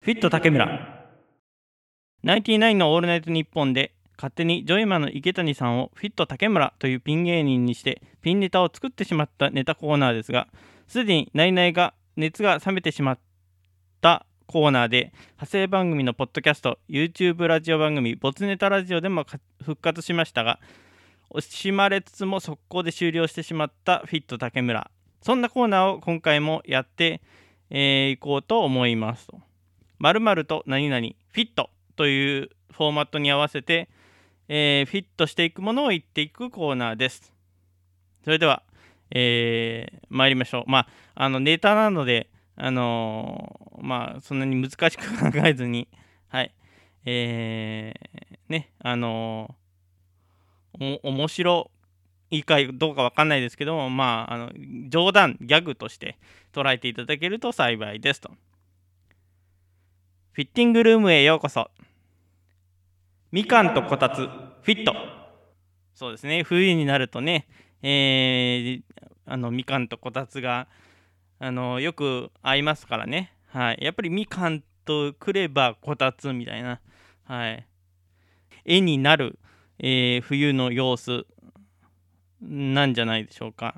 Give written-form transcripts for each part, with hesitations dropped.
フィット竹村。ナインティナインのオールナイトニッポンで勝手にジョイマンの池谷さんをフィット竹村というピン芸人にしてピンネタを作ってしまったネタコーナーですが、すでにナイナイが熱が冷めてしまったコーナーで、派生番組のポッドキャスト、YouTube ラジオ番組、ボツネタラジオでも復活しましたが、惜しまれつつも速攻で終了してしまったフィット竹村。そんなコーナーを今回もやっていこうと思います。〇〇と何々、フィットというフォーマットに合わせて、フィットしていくものを言っていくコーナーです。それでは、参りましょう。ネタなので、そんなに難しく考えずに、はい、面白いかどうかわかんないですけども、冗談、ギャグとして捉えていただけると幸いですと。フィッティングルームへようこそ。みかんとこたつ、フィット。そうですね、冬になるとね、みかんとこたつがよく合いますからね。はい、やっぱりみかんとくればこたつみたいな、はい、絵になる、冬の様子なんじゃないでしょうか。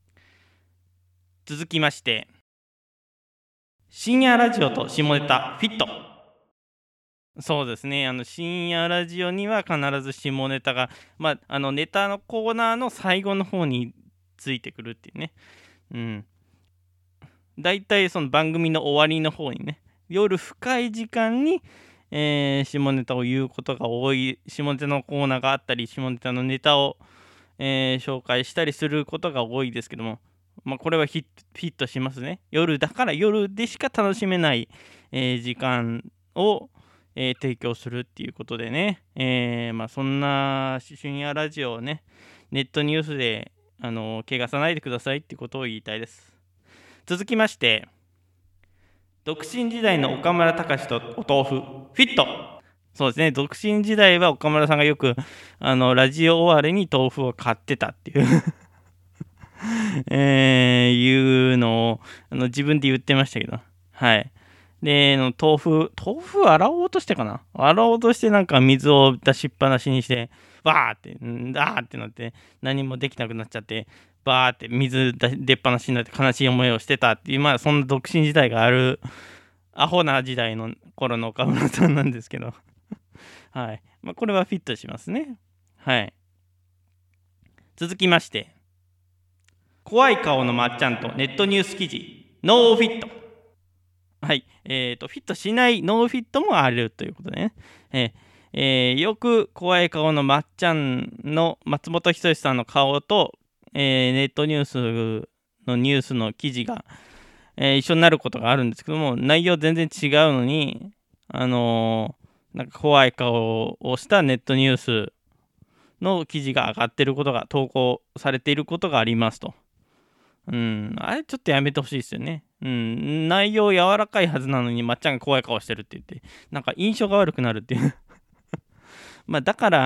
続きまして、深夜ラジオと下ネタフィット。そうですね、深夜ラジオには必ず下ネタが、ネタのコーナーの最後の方についてくるっていうね。だいたいその番組の終わりの方にね、夜深い時間に、下ネタを言うことが多い、下ネタのコーナーがあったり、下ネタのネタを、紹介したりすることが多いですけども、これはフィットしますね。夜だから夜でしか楽しめない、時間を、提供するっていうことでね、そんな深夜ラジオをね、ネットニュースで汚さないでくださいってことを言いたいです。続きまして、独身時代の岡村隆史とお豆腐フィット。そうですね、独身時代は岡村さんがよくラジオ終わりに豆腐を買ってたっていういうのを自分で言ってましたけど、はい。で、豆腐洗おうとしてかな、洗おうとしてなんか水を出しっぱなしにして、わーってだーってなって何もできなくなっちゃって、バーって水出っぱなしになって悲しい思いをしてたっていう、そんな独身時代があるアホな時代の頃の岡村さんなんですけどはい。これはフィットしますね。はい。続きまして、怖い顔のまっちゃんとネットニュース記事ノーフィット。はい、フィットしないノーフィットもあるということでね、よく怖い顔のまっちゃんの松本人志さんの顔と、ネットニュースのニュースの記事が、一緒になることがあるんですけども、内容全然違うのになんか怖い顔をしたネットニュースの記事が上がってることが投稿されていることがありますと。あれちょっとやめてほしいですよね。内容柔らかいはずなのにまっちゃんが怖い顔してるって言ってなんか印象が悪くなるっていうだから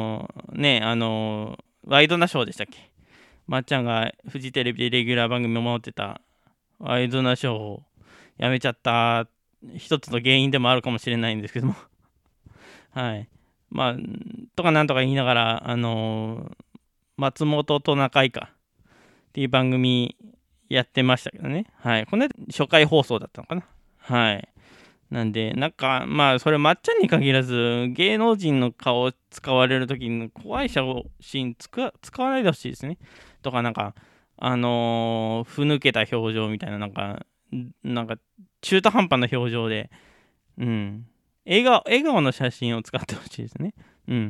ワイドナショーでしたっけ、まっちゃんがフジテレビでレギュラー番組を守ってたワイドナショーをやめちゃった一つの原因でもあるかもしれないんですけどもはいとかなんとか言いながら松本と中井かっていう番組やってましたけどね。はい。これ初回放送だったのかな。はい。なんで、それまっちゃんに限らず、芸能人の顔を使われるときに怖いシーン使わないでほしいですね。とか、ふぬけた表情みたいな、なんか中途半端な表情で、笑顔の写真を使ってほしいですね。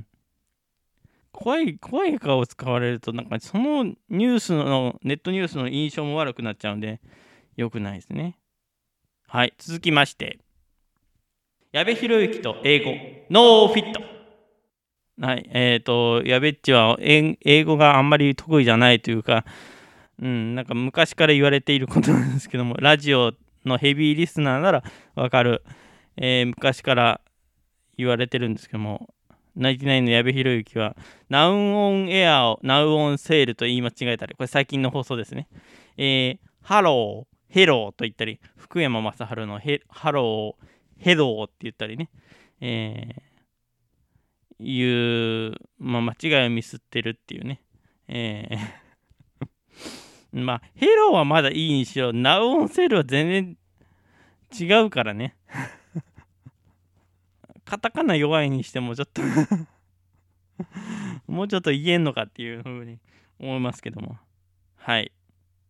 怖い顔を使われるとそのネットニュースの印象も悪くなっちゃうんで良くないですね。はい、続きまして、矢部浩之と英語ノーフィット。はい、矢部っちは英語があんまり得意じゃないというか、昔から言われていることなんですけども、ラジオのヘビーリスナーならわかる、昔から言われてるんですけども、ナインティナインの矢部浩之はナウオンエアをナウオンセールと言い間違えたり、これ最近の放送ですね。ハロー、ヘローと言ったり、福山雅治のハローをヘローって言ったりね、間違いをミスってるっていうね。ヘローはまだいいにしろ、ナウオンセールは全然違うからね。カタカナ弱いにしてもちょっともうちょっと言えんのかっていうふうに思いますけども。はい。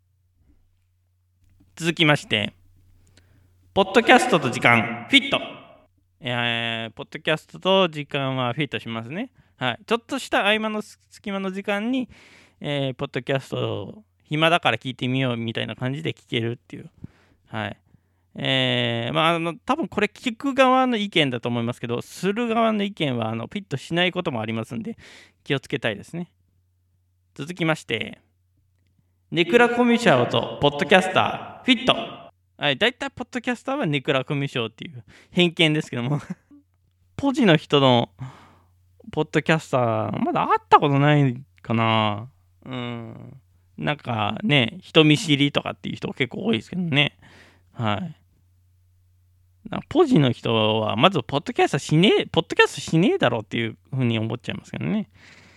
続きまして、ポッドキャストと時間、フィット。ポッドキャストと時間はフィットしますね。はい。ちょっとした合間の隙間の時間に、ポッドキャストを暇だから聞いてみようみたいな感じで聞けるっていう。はい。多分これ聞く側の意見だと思いますけど、する側の意見はフィットしないこともありますんで、気をつけたいですね。続きまして、ネクラコミュ障とポッドキャスター、フィット。はい、だいたいポッドキャスターはネクラコミュ障っていう偏見ですけども、ポジの人のポッドキャスター、まだ会ったことないかな。なんかね、人見知りとかっていう人結構多いですけどね。はい。ポジの人は、まずポッドキャストしねえだろっていうふうに思っちゃいますけどね。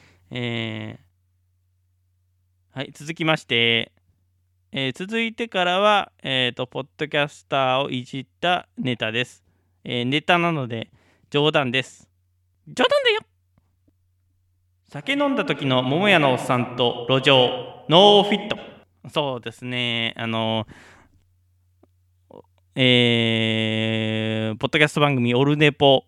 はい、続きまして、続いてからは、ポッドキャスターをいじったネタです。ネタなので冗談です。冗談だよ。酒飲んだ時の桃屋のおっさんと路上、ノーフィット。そうですね。ポッドキャスト番組オルネポ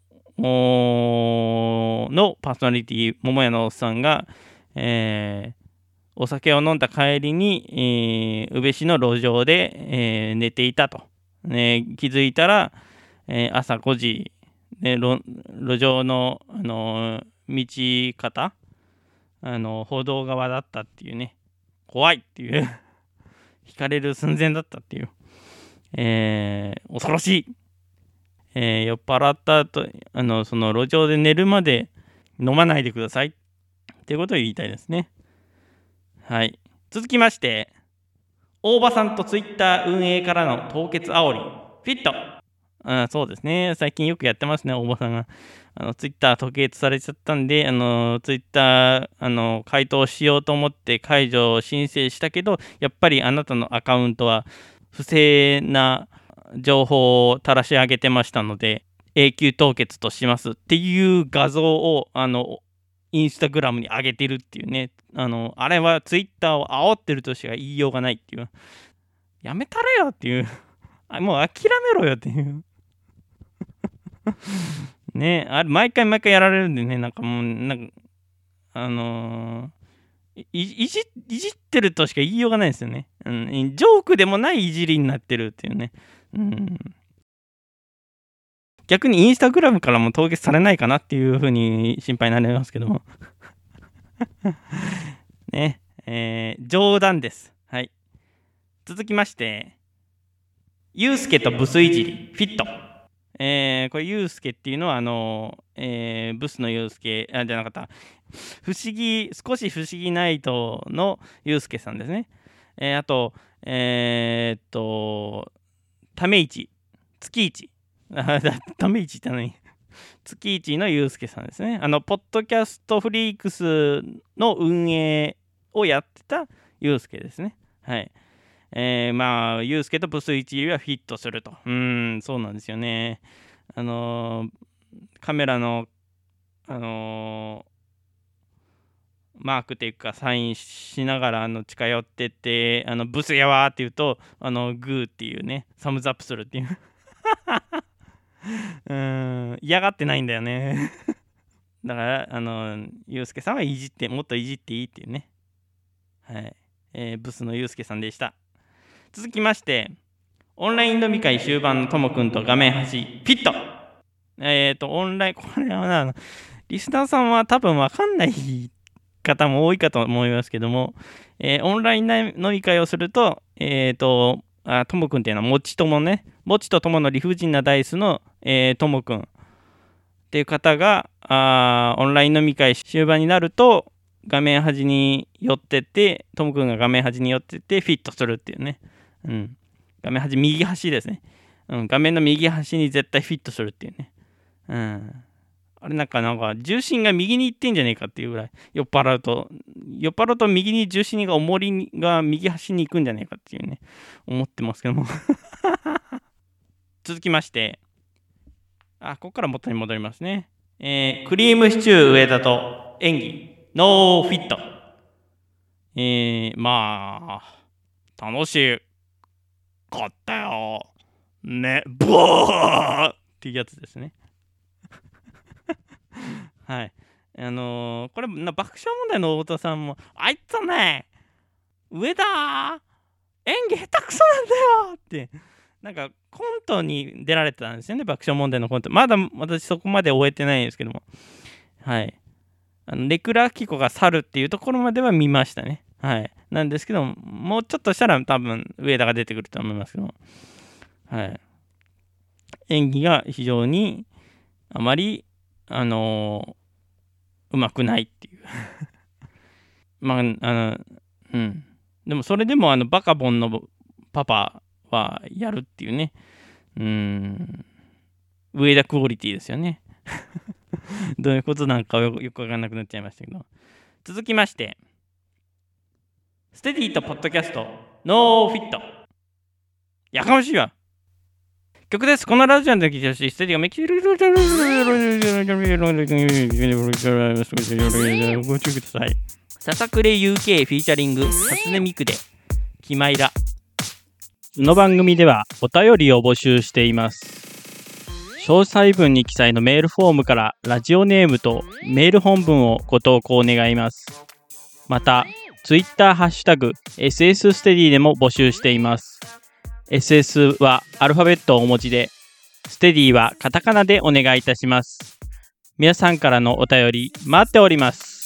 のパーソナリティ桃屋のおっさんが、お酒を飲んだ帰りに、宇部市の路上で、寝ていたと、気づいたら、朝5時、路上の、道方、歩道側だったっていうね、怖いっていう引かれる寸前だったっていう、恐ろしい、酔っ払った後その路上で寝るまで飲まないでくださいっていうことを言いたいですね。はい。続きまして、大場さんとツイッター運営からの凍結煽り、フィット。そうですね。最近よくやってますね、大場さんが。ツイッター凍結されちゃったんで、ツイッター、回答しようと思って解除を申請したけど、やっぱりあなたのアカウントは不正な情報を垂らし上げてましたので、永久凍結としますっていう画像を、インスタグラムに上げてるっていうね。あれはツイッターを煽ってるとしか言いようがないっていう。やめたれよっていう。もう諦めろよっていう。ね、あれ毎回やられるんでね、なんかもう、いじってるとしか言いようがないですよね。ジョークでもないいじりになってるっていうね。逆にインスタグラムからも凍結されないかなっていうふうに心配になりますけども。ね、冗談です。はい。続きまして、ユウスケとブスいじり、フィット。これユウスケっていうのはブスのユウスケじゃなかった。少し不思議ナイトのユウスケさんですね。あと、ためいち、月一。ためいちって何月一のユウスケさんですね。ポッドキャストフリークスの運営をやってたユウスケですね。はい。ユウスケとブスイチはフィットすると。そうなんですよね。カメラの、マークっていうかサインしながら近寄ってってブスやわーって言うとグーっていうねサムズアップするっていう嫌がってないんだよねだからユウスケさんはもっといじっていいっていうねはい、ブスのユウスケさんでした。続きましてオンライン飲み会終盤のともくんと画面端ピットオンラインこれはリスナーさんは多分わかんない方も多いかと思いますけども、オンライン飲み会をするとともくんっていうのはもちともねもちとともの理不尽なダイスのともくんっていう方がオンライン飲み会終盤になると画面端に寄ってってともくんが画面端に寄ってってフィットするっていうね、画面端右端ですね画面の右端に絶対フィットするっていうね。あれなんか重心が右に行ってんじゃねえかっていうぐらい、酔っ払うと右に重心が重りが右端に行くんじゃねえかっていうね、思ってますけども。続きまして、ここから元に戻りますね。クリームシチュー上田と演技、ノーフィット。まあ、楽しかったよ。ね、ボーっていうやつですね。はい。これ、爆笑問題の太田さんも、あいつね、上田、演技下手くそなんだよって、なんかコントに出られてたんですよね、爆笑問題のコント。まだ私そこまで終えてないんですけども。はい。レクラキコが去るっていうところまでは見ましたね。はい。なんですけど、もうちょっとしたら多分上田が出てくると思いますけど、はい。演技が非常にあまり、うまくないっていう。でもそれでもバカボンのパパはやるっていうね。上田クオリティですよね。どういうことなんかよくわかんなくなっちゃいましたけど。続きまして、ステディとポッドキャスト、ノーフィット。やかましいわ。曲です。このラジオの時にステディがめきるご注意ください。ささくれ UK フィーチャリング初音ミクでキマイラ。この番組ではお便りを募集しています。詳細文に記載のメールフォームからラジオネームとメール本文をご投稿願います。また、Twitter ハッシュタグ SS ステディでも募集しています。SS はアルファベットをお持ちで、ステディはカタカナでお願いいたします。皆さんからのお便り待っております。